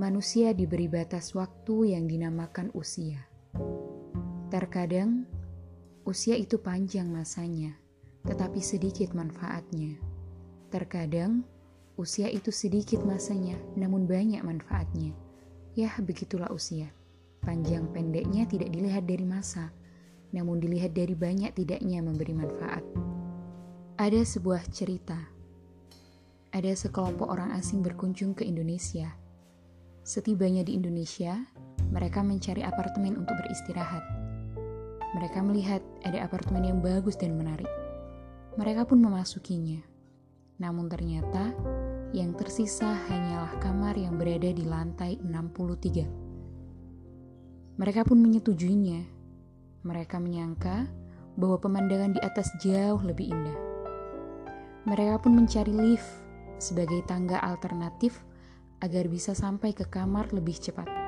Manusia diberi batas waktu yang dinamakan usia. Terkadang, usia itu panjang masanya, tetapi sedikit manfaatnya. Terkadang, usia itu sedikit masanya, namun banyak manfaatnya. Yah, begitulah usia. Panjang pendeknya tidak dilihat dari masa, namun dilihat dari banyak tidaknya memberi manfaat. Ada sebuah cerita. Ada sekelompok orang asing berkunjung ke Indonesia. Setibanya di Indonesia, mereka mencari apartemen untuk beristirahat. Mereka melihat ada apartemen yang bagus dan menarik. Mereka pun memasukinya. Namun ternyata, yang tersisa hanyalah kamar yang berada di lantai 63. Mereka pun menyetujuinya. Mereka menyangka bahwa pemandangan di atas jauh lebih indah. Mereka pun mencari lift sebagai tangga alternatif agar bisa sampai ke kamar lebih cepat.